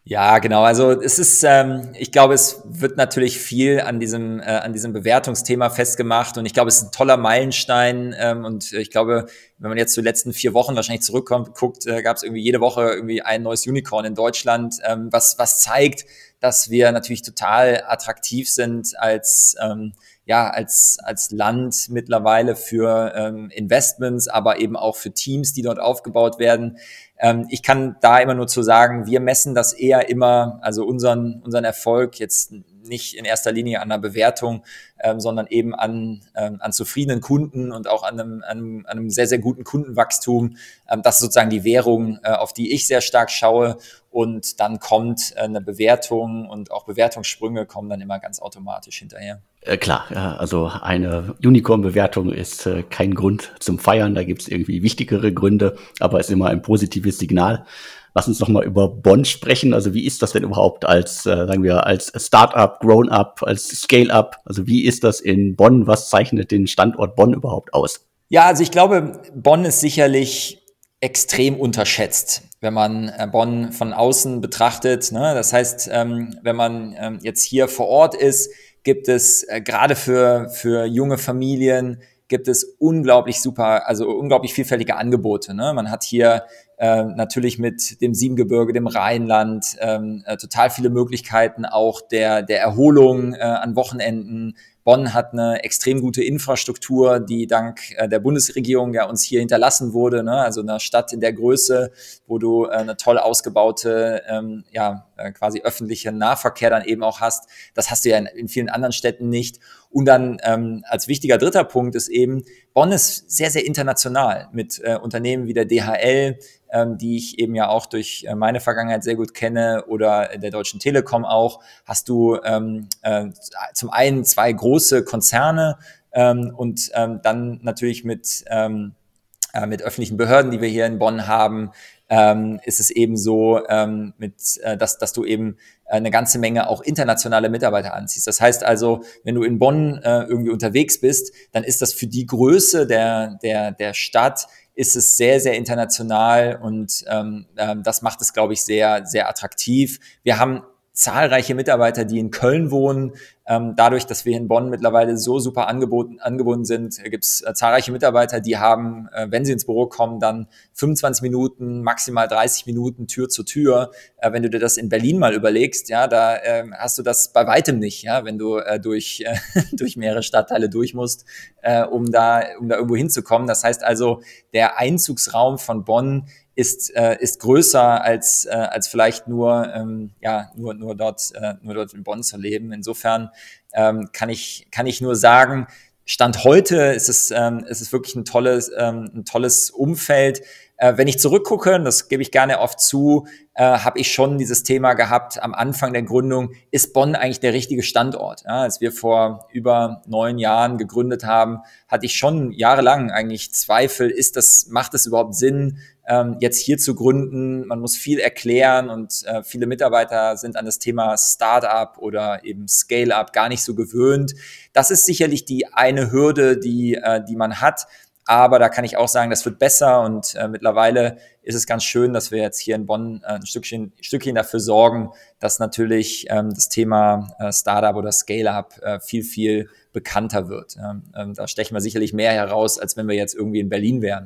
Ja, genau. Also es ist, ähm, ich glaube, es wird natürlich viel an diesem, äh, an diesem Bewertungsthema festgemacht und ich glaube, es ist ein toller Meilenstein ähm, und ich glaube, wenn man jetzt zu den letzten vier Wochen wahrscheinlich zurückkommt, guckt, äh, gab es irgendwie jede Woche irgendwie ein neues Unicorn in Deutschland, ähm, was was zeigt, dass wir natürlich total attraktiv sind als ähm, ja als als Land mittlerweile für ähm, Investments, aber eben auch für Teams, die dort aufgebaut werden. Ähm, ich kann da immer nur zu sagen, wir messen das eher immer, also unseren, unseren Erfolg jetzt nicht in erster Linie an einer Bewertung, ähm, sondern eben an, ähm, an zufriedenen Kunden und auch an einem, an einem, an einem sehr, sehr guten Kundenwachstum. Ähm, das ist sozusagen die Währung, äh, auf die ich sehr stark schaue. Und dann kommt äh, eine Bewertung und auch Bewertungssprünge kommen dann immer ganz automatisch hinterher. Äh, klar, ja, also eine Unicorn-Bewertung ist äh, kein Grund zum Feiern, da gibt's irgendwie wichtigere Gründe, aber ist immer ein positives Signal. Lass uns noch mal über Bonn sprechen. Also wie ist das denn überhaupt als, äh, sagen wir, als Startup, Grown-up, als Scale-up? Also wie ist das in Bonn? Was zeichnet den Standort Bonn überhaupt aus? Ja, also ich glaube, Bonn ist sicherlich extrem unterschätzt, wenn man äh, Bonn von außen betrachtet. Ne? Das heißt, ähm, wenn man ähm, jetzt hier vor Ort ist, gibt es äh, gerade für, für junge Familien gibt es unglaublich super, also unglaublich vielfältige Angebote. Ne? Man hat hier äh, natürlich mit dem Siebengebirge, dem Rheinland, ähm, äh, total viele Möglichkeiten auch der, der Erholung äh, an Wochenenden. Bonn hat eine extrem gute Infrastruktur, die dank äh, der Bundesregierung ja uns hier hinterlassen wurde. Ne? Also eine Stadt in der Größe, wo du äh, eine toll ausgebaute, ähm, ja, äh, quasi öffentliche Nahverkehr dann eben auch hast. Das hast du ja in, in vielen anderen Städten nicht. Und dann ähm, als wichtiger dritter Punkt ist eben, Bonn ist sehr, sehr international mit äh, Unternehmen wie der D H L, ähm, die ich eben ja auch durch äh, meine Vergangenheit sehr gut kenne oder der Deutschen Telekom auch, hast du ähm, äh, zum einen zwei große Konzerne ähm, und ähm, dann natürlich mit, ähm, äh, mit öffentlichen Behörden, die wir hier in Bonn haben, ähm, ist es eben so, ähm, mit, äh, dass, dass du eben eine ganze Menge auch internationale Mitarbeiter anziehst. Das heißt also, wenn du in Bonn äh, irgendwie unterwegs bist, dann ist das für die Größe der, der, der Stadt ist es sehr, sehr international und ähm, ähm, das macht es, glaube ich, sehr, sehr attraktiv. Wir haben zahlreiche Mitarbeiter, die in Köln wohnen. Ähm, dadurch, dass wir in Bonn mittlerweile so super angeboten, angebunden sind, gibt es äh, zahlreiche Mitarbeiter, die haben, äh, wenn sie ins Büro kommen, dann fünfundzwanzig Minuten, maximal dreißig Minuten Tür zu Tür. Äh, wenn du dir das in Berlin mal überlegst, ja, da äh, hast du das bei weitem nicht, ja, wenn du äh, durch, äh, durch mehrere Stadtteile durch musst, äh, um da, um da irgendwo hinzukommen. Das heißt also, der Einzugsraum von Bonn ist äh, ist größer als äh, als vielleicht nur ähm, ja nur nur dort äh, nur dort in Bonn zu leben. Insofern ähm, kann ich kann ich nur sagen, Stand heute ist es ähm, ist es wirklich ein tolles ähm, ein tolles Umfeld. Äh, wenn ich zurückgucke, und das gebe ich gerne oft zu, äh, habe ich schon dieses Thema gehabt am Anfang der Gründung, ist Bonn eigentlich der richtige Standort? Ja, als wir vor über neun Jahren gegründet haben, hatte ich schon jahrelang eigentlich Zweifel, ist das, macht es überhaupt Sinn, ähm, jetzt hier zu gründen? Man muss viel erklären und äh, viele Mitarbeiter sind an das Thema Startup oder eben Scale-up gar nicht so gewöhnt. Das ist sicherlich die eine Hürde, die, äh, die man hat. Aber da kann ich auch sagen, das wird besser und äh, mittlerweile ist es ganz schön, dass wir jetzt hier in Bonn äh, ein Stückchen, ein Stückchen dafür sorgen, dass natürlich ähm, das Thema äh, Startup oder Scale-up äh, viel, viel bekannter wird. Ähm, ähm, da stechen wir sicherlich mehr heraus, als wenn wir jetzt irgendwie in Berlin wären.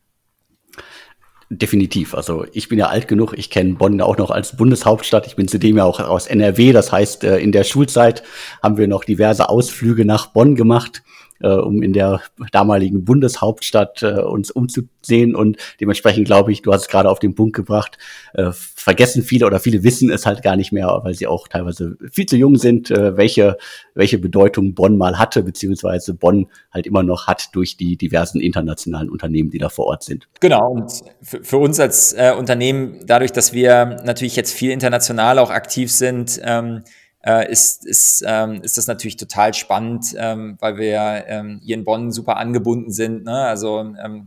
Definitiv. Also ich bin ja alt genug, ich kenne Bonn auch noch als Bundeshauptstadt. Ich bin zudem ja auch aus N R W. Das heißt, in der Schulzeit haben wir noch diverse Ausflüge nach Bonn gemacht, äh, um in der damaligen Bundeshauptstadt äh, uns umzusehen. Und dementsprechend glaube ich, du hast es gerade auf den Punkt gebracht, äh, vergessen viele oder viele wissen es halt gar nicht mehr, weil sie auch teilweise viel zu jung sind, äh, welche welche Bedeutung Bonn mal hatte, beziehungsweise Bonn halt immer noch hat durch die diversen internationalen Unternehmen, die da vor Ort sind. Genau, und für, für uns als äh, Unternehmen, dadurch, dass wir natürlich jetzt viel international auch aktiv sind, ähm, äh, ist, ist, ähm, ist das natürlich total spannend, ähm, weil wir ähm, hier in Bonn super angebunden sind. Ne? Also ähm,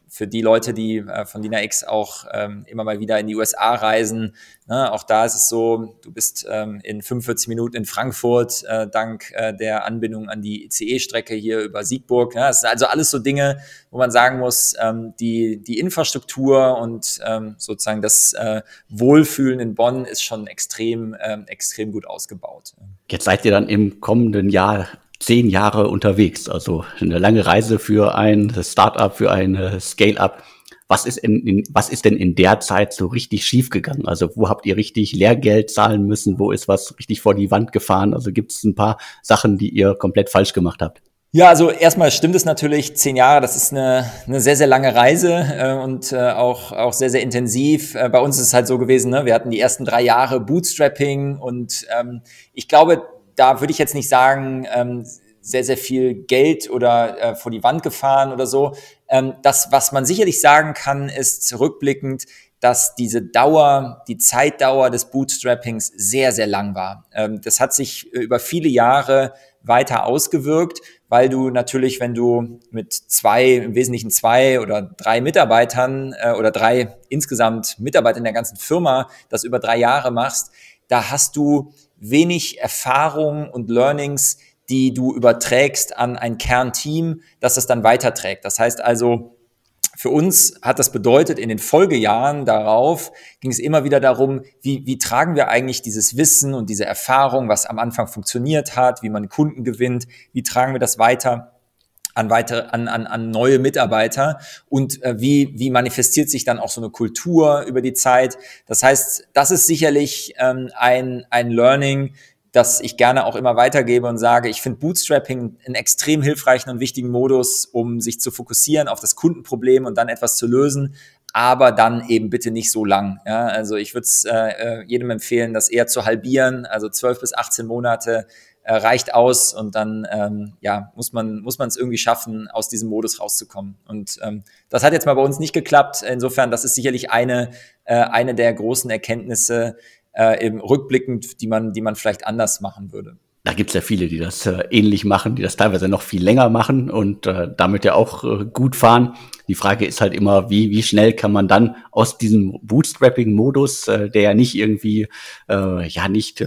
für die Leute, die äh, von Dina X auch ähm, immer mal wieder in die U S A reisen, ne, auch da ist es so, du bist ähm, in fünfundvierzig Minuten in Frankfurt, äh, dank äh, der Anbindung an die I C E-Strecke hier über Siegburg. Ja, das sind also alles so Dinge, wo man sagen muss, ähm, die, die Infrastruktur und ähm, sozusagen das äh, Wohlfühlen in Bonn ist schon extrem, ähm, extrem gut ausgebaut. Jetzt seid ihr dann im kommenden Jahr zehn Jahre unterwegs, also eine lange Reise für ein Startup, für ein Scale-up. Was ist in, in, was ist denn in der Zeit so richtig schiefgegangen? Also wo habt ihr richtig Lehrgeld zahlen müssen? Wo ist was richtig vor die Wand gefahren? Also gibt es ein paar Sachen, die ihr komplett falsch gemacht habt? Ja, also erstmal stimmt es natürlich, zehn Jahre, das ist eine, eine sehr, sehr lange Reise äh, und äh, auch, auch sehr, sehr intensiv. Äh, bei uns ist es halt so gewesen, ne? Wir hatten die ersten drei Jahre Bootstrapping und ähm, ich glaube, da würde ich jetzt nicht sagen, ähm, sehr, sehr viel Geld oder äh, vor die Wand gefahren oder so. Ähm, das, was man sicherlich sagen kann, ist rückblickend, dass diese Dauer, die Zeitdauer des Bootstrappings sehr, sehr lang war. Ähm, das hat sich über viele Jahre weiter ausgewirkt, weil du natürlich, wenn du mit zwei, im Wesentlichen zwei oder drei Mitarbeitern äh, oder drei insgesamt Mitarbeitern in der ganzen Firma das über drei Jahre machst, da hast du wenig Erfahrung und Learnings, die du überträgst an ein Kernteam, das es dann weiterträgt. Das heißt also, für uns hat das bedeutet, in den Folgejahren darauf ging es immer wieder darum, wie, wie tragen wir eigentlich dieses Wissen und diese Erfahrung, was am Anfang funktioniert hat, wie man Kunden gewinnt, wie tragen wir das weiter an weitere, an, an, an neue Mitarbeiter und äh, wie, wie manifestiert sich dann auch so eine Kultur über die Zeit. Das heißt, das ist sicherlich ähm, ein, ein Learning, das ich gerne auch immer weitergebe und sage, ich finde Bootstrapping einen extrem hilfreichen und wichtigen Modus, um sich zu fokussieren auf das Kundenproblem und dann etwas zu lösen, aber dann eben bitte nicht so lang. Ja, also ich würde es äh, jedem empfehlen, das eher zu halbieren, also zwölf bis achtzehn Monate äh, reicht aus und dann ähm, ja, muss man muss man es irgendwie schaffen, aus diesem Modus rauszukommen. Und ähm, das hat jetzt mal bei uns nicht geklappt. Insofern, das ist sicherlich eine, äh, eine der großen Erkenntnisse, Äh, eben rückblickend, die man, die man vielleicht anders machen würde. Da gibt's ja viele, die das äh, ähnlich machen, die das teilweise noch viel länger machen und äh, damit ja auch äh, gut fahren. Die Frage ist halt immer, wie wie schnell kann man dann aus diesem Bootstrapping-Modus, äh, der ja nicht irgendwie äh, ja nicht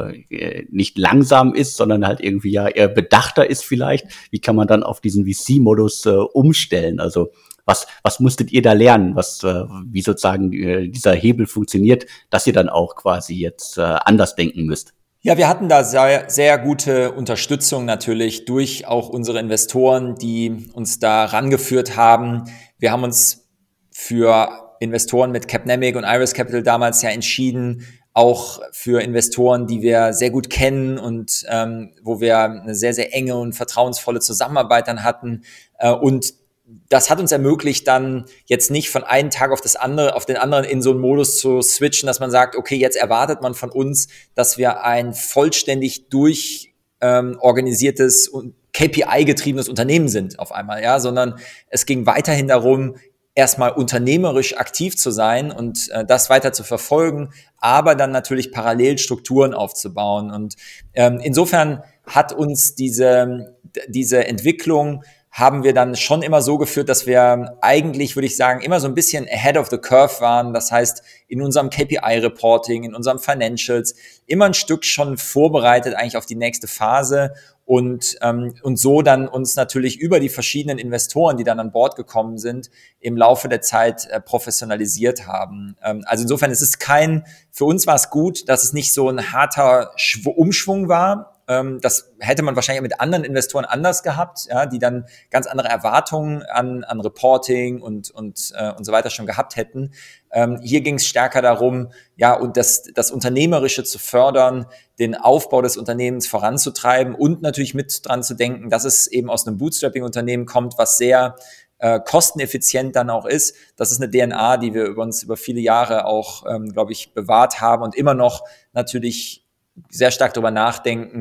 äh, nicht langsam ist, sondern halt irgendwie ja eher bedachter ist vielleicht, wie kann man dann auf diesen V C-Modus äh, umstellen? Also Was, was musstet ihr da lernen, was, äh, wie sozusagen äh, dieser Hebel funktioniert, dass ihr dann auch quasi jetzt äh, anders denken müsst? Ja, wir hatten da sehr, sehr gute Unterstützung natürlich durch auch unsere Investoren, die uns da rangeführt haben. Wir haben uns für Investoren mit Capnamic und Iris Capital damals ja entschieden, auch für Investoren, die wir sehr gut kennen und ähm, wo wir eine sehr, sehr enge und vertrauensvolle Zusammenarbeit dann hatten. Äh, und das hat uns ermöglicht, dann jetzt nicht von einem Tag auf das andere, auf den anderen in so einen Modus zu switchen, dass man sagt, okay, jetzt erwartet man von uns, dass wir ein vollständig durch ähm, organisiertes und K P I-getriebenes Unternehmen sind auf einmal, ja, sondern es ging weiterhin darum, erstmal unternehmerisch aktiv zu sein und äh, das weiter zu verfolgen, aber dann natürlich parallel Strukturen aufzubauen. Und ähm, insofern hat uns diese, diese Entwicklung haben wir dann schon immer so geführt, dass wir eigentlich, würde ich sagen, immer so ein bisschen ahead of the curve waren. Das heißt, in unserem K P I-Reporting, in unserem Financials immer ein Stück schon vorbereitet eigentlich auf die nächste Phase und ähm, und so dann uns natürlich über die verschiedenen Investoren, die dann an Bord gekommen sind, im Laufe der Zeit äh, professionalisiert haben. Ähm, also insofern ist es kein, für uns war es gut, dass es nicht so ein harter Schw- Umschwung war. Das hätte man wahrscheinlich mit anderen Investoren anders gehabt, ja, die dann ganz andere Erwartungen an, an Reporting und, und, äh, und so weiter schon gehabt hätten. Ähm, hier ging es stärker darum, ja, und das, das Unternehmerische zu fördern, den Aufbau des Unternehmens voranzutreiben und natürlich mit dran zu denken, dass es eben aus einem Bootstrapping-Unternehmen kommt, was sehr äh, kosteneffizient dann auch ist. Das ist eine D N A, die wir über uns über viele Jahre auch, ähm, glaube ich, bewahrt haben und immer noch natürlich sehr stark darüber nachdenken,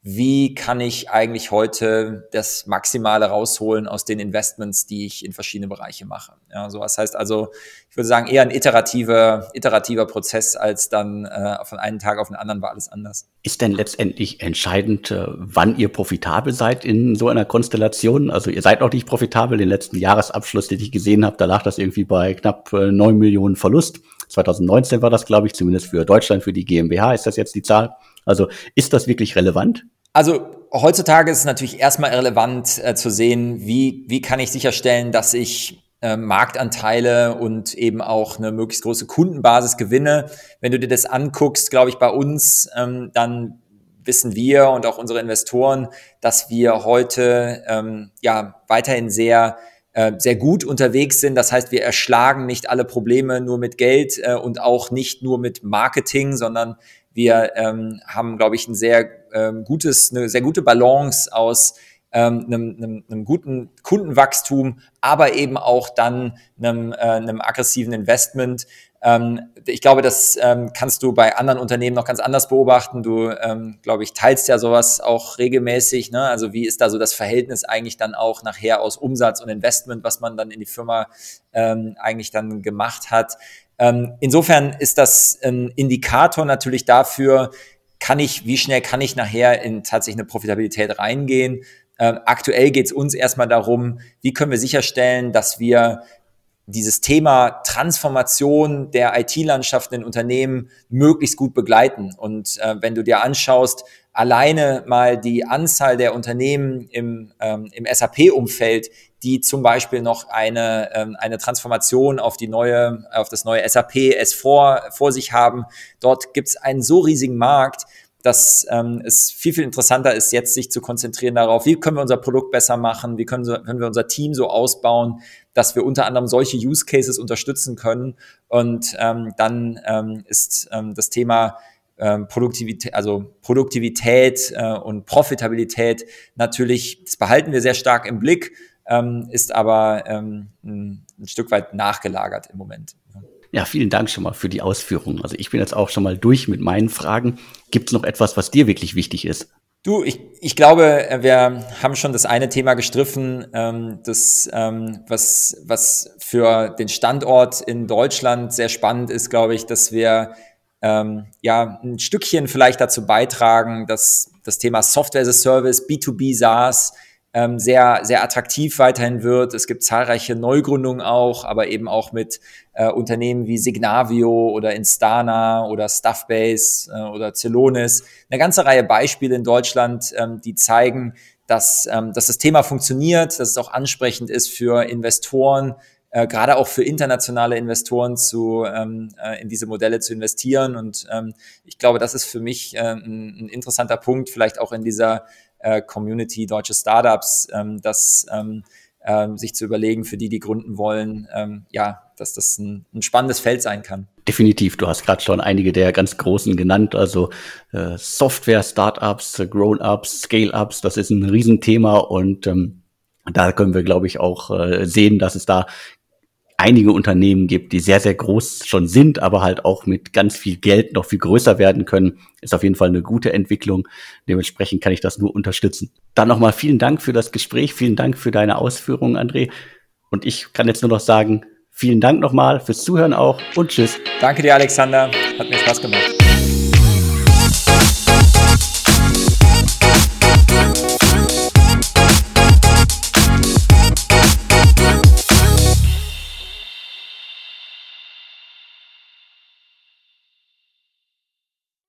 wie kann ich eigentlich heute das Maximale rausholen aus den Investments, die ich in verschiedene Bereiche mache. Ja, so was heißt also, ich würde sagen, eher ein iterativer, iterativer Prozess, als dann äh, von einem Tag auf den anderen war alles anders. Ist denn letztendlich entscheidend, äh, wann ihr profitabel seid in so einer Konstellation? Also ihr seid noch nicht profitabel. Den letzten Jahresabschluss, den ich gesehen habe, da lag das irgendwie bei knapp äh, neun Millionen Verlust. zwanzig neunzehn war das, glaube ich, zumindest für Deutschland, für die GmbH ist das jetzt die Zahl. Also ist das wirklich relevant? Also heutzutage ist es natürlich erstmal relevant äh, zu sehen, wie, wie kann ich sicherstellen, dass ich äh, Marktanteile und eben auch eine möglichst große Kundenbasis gewinne. Wenn du dir das anguckst, glaube ich, bei uns, ähm, dann wissen wir und auch unsere Investoren, dass wir heute ähm, ja weiterhin sehr äh, sehr gut unterwegs sind. Das heißt, wir erschlagen nicht alle Probleme nur mit Geld äh, und auch nicht nur mit Marketing, sondern wir ähm, haben, glaube ich, ein sehr ähm, gutes, eine sehr gute Balance aus ähm, einem, einem, einem guten Kundenwachstum, aber eben auch dann einem, äh, einem aggressiven Investment. Ähm, ich glaube, das ähm, kannst du bei anderen Unternehmen noch ganz anders beobachten. Du, ähm, glaube ich, teilst ja sowas auch regelmäßig, ne? Also wie ist da so das Verhältnis eigentlich dann auch nachher aus Umsatz und Investment, was man dann in die Firma ähm, eigentlich dann gemacht hat? Ähm, insofern ist das ein Indikator natürlich dafür, kann ich, wie schnell kann ich nachher in tatsächlich eine Profitabilität reingehen? Ähm, aktuell geht es uns erstmal darum, wie können wir sicherstellen, dass wir dieses Thema Transformation der I T-Landschaften in Unternehmen möglichst gut begleiten. Und äh, wenn du dir anschaust, alleine mal die Anzahl der Unternehmen im, ähm, im S A P-Umfeld, die zum Beispiel noch eine, ähm, eine Transformation auf die neue, auf das neue S A P S vier vor sich haben, dort gibt es einen so riesigen Markt, dass ähm, es viel, viel interessanter ist, jetzt sich zu konzentrieren darauf, wie können wir unser Produkt besser machen, wie können, so, können wir unser Team so ausbauen, dass wir unter anderem solche Use Cases unterstützen können. Und ähm, dann ähm, ist ähm, das Thema ähm, Produktivität, also Produktivität äh, und Profitabilität natürlich, das behalten wir sehr stark im Blick, ähm, ist aber ähm, ein, ein Stück weit nachgelagert im Moment. Ja, vielen Dank schon mal für die Ausführungen. Also ich bin jetzt auch schon mal durch mit meinen Fragen. Gibt es noch etwas, was dir wirklich wichtig ist? Du, ich, ich glaube, wir haben schon das eine Thema gestriffen, ähm, das, ähm, was, was für den Standort in Deutschland sehr spannend ist, glaube ich, dass wir ähm, ja ein Stückchen vielleicht dazu beitragen, dass das Thema Software as a Service, B zwei B SaaS, ähm, sehr, sehr attraktiv weiterhin wird. Es gibt zahlreiche Neugründungen auch, aber eben auch mit äh, Unternehmen wie Signavio oder Instana oder Staffbase äh, oder Celonis. Eine ganze Reihe Beispiele in Deutschland, ähm, die zeigen, dass, ähm, dass das Thema funktioniert, dass es auch ansprechend ist für Investoren, äh, gerade auch für internationale Investoren zu, ähm, äh, in diese Modelle zu investieren. Und ähm, ich glaube, das ist für mich äh, ein, ein interessanter Punkt, vielleicht auch in dieser Community deutsche Startups, ähm, das ähm, ähm, sich zu überlegen, für die, die gründen wollen, ähm, ja, dass das ein, ein spannendes Feld sein kann. Definitiv, du hast gerade schon einige der ganz Großen genannt, also äh, Software, Startups, Grown-ups, Scale-ups, das ist ein Riesenthema und ähm, da können wir, glaube ich, auch äh, sehen, dass es da einige Unternehmen gibt, die sehr, sehr groß schon sind, aber halt auch mit ganz viel Geld noch viel größer werden können. Ist auf jeden Fall eine gute Entwicklung. Dementsprechend kann ich das nur unterstützen. Dann nochmal vielen Dank für das Gespräch. Vielen Dank für deine Ausführungen, André. Und ich kann jetzt nur noch sagen, vielen Dank nochmal fürs Zuhören auch und tschüss. Danke dir, Alexander. Hat mir Spaß gemacht.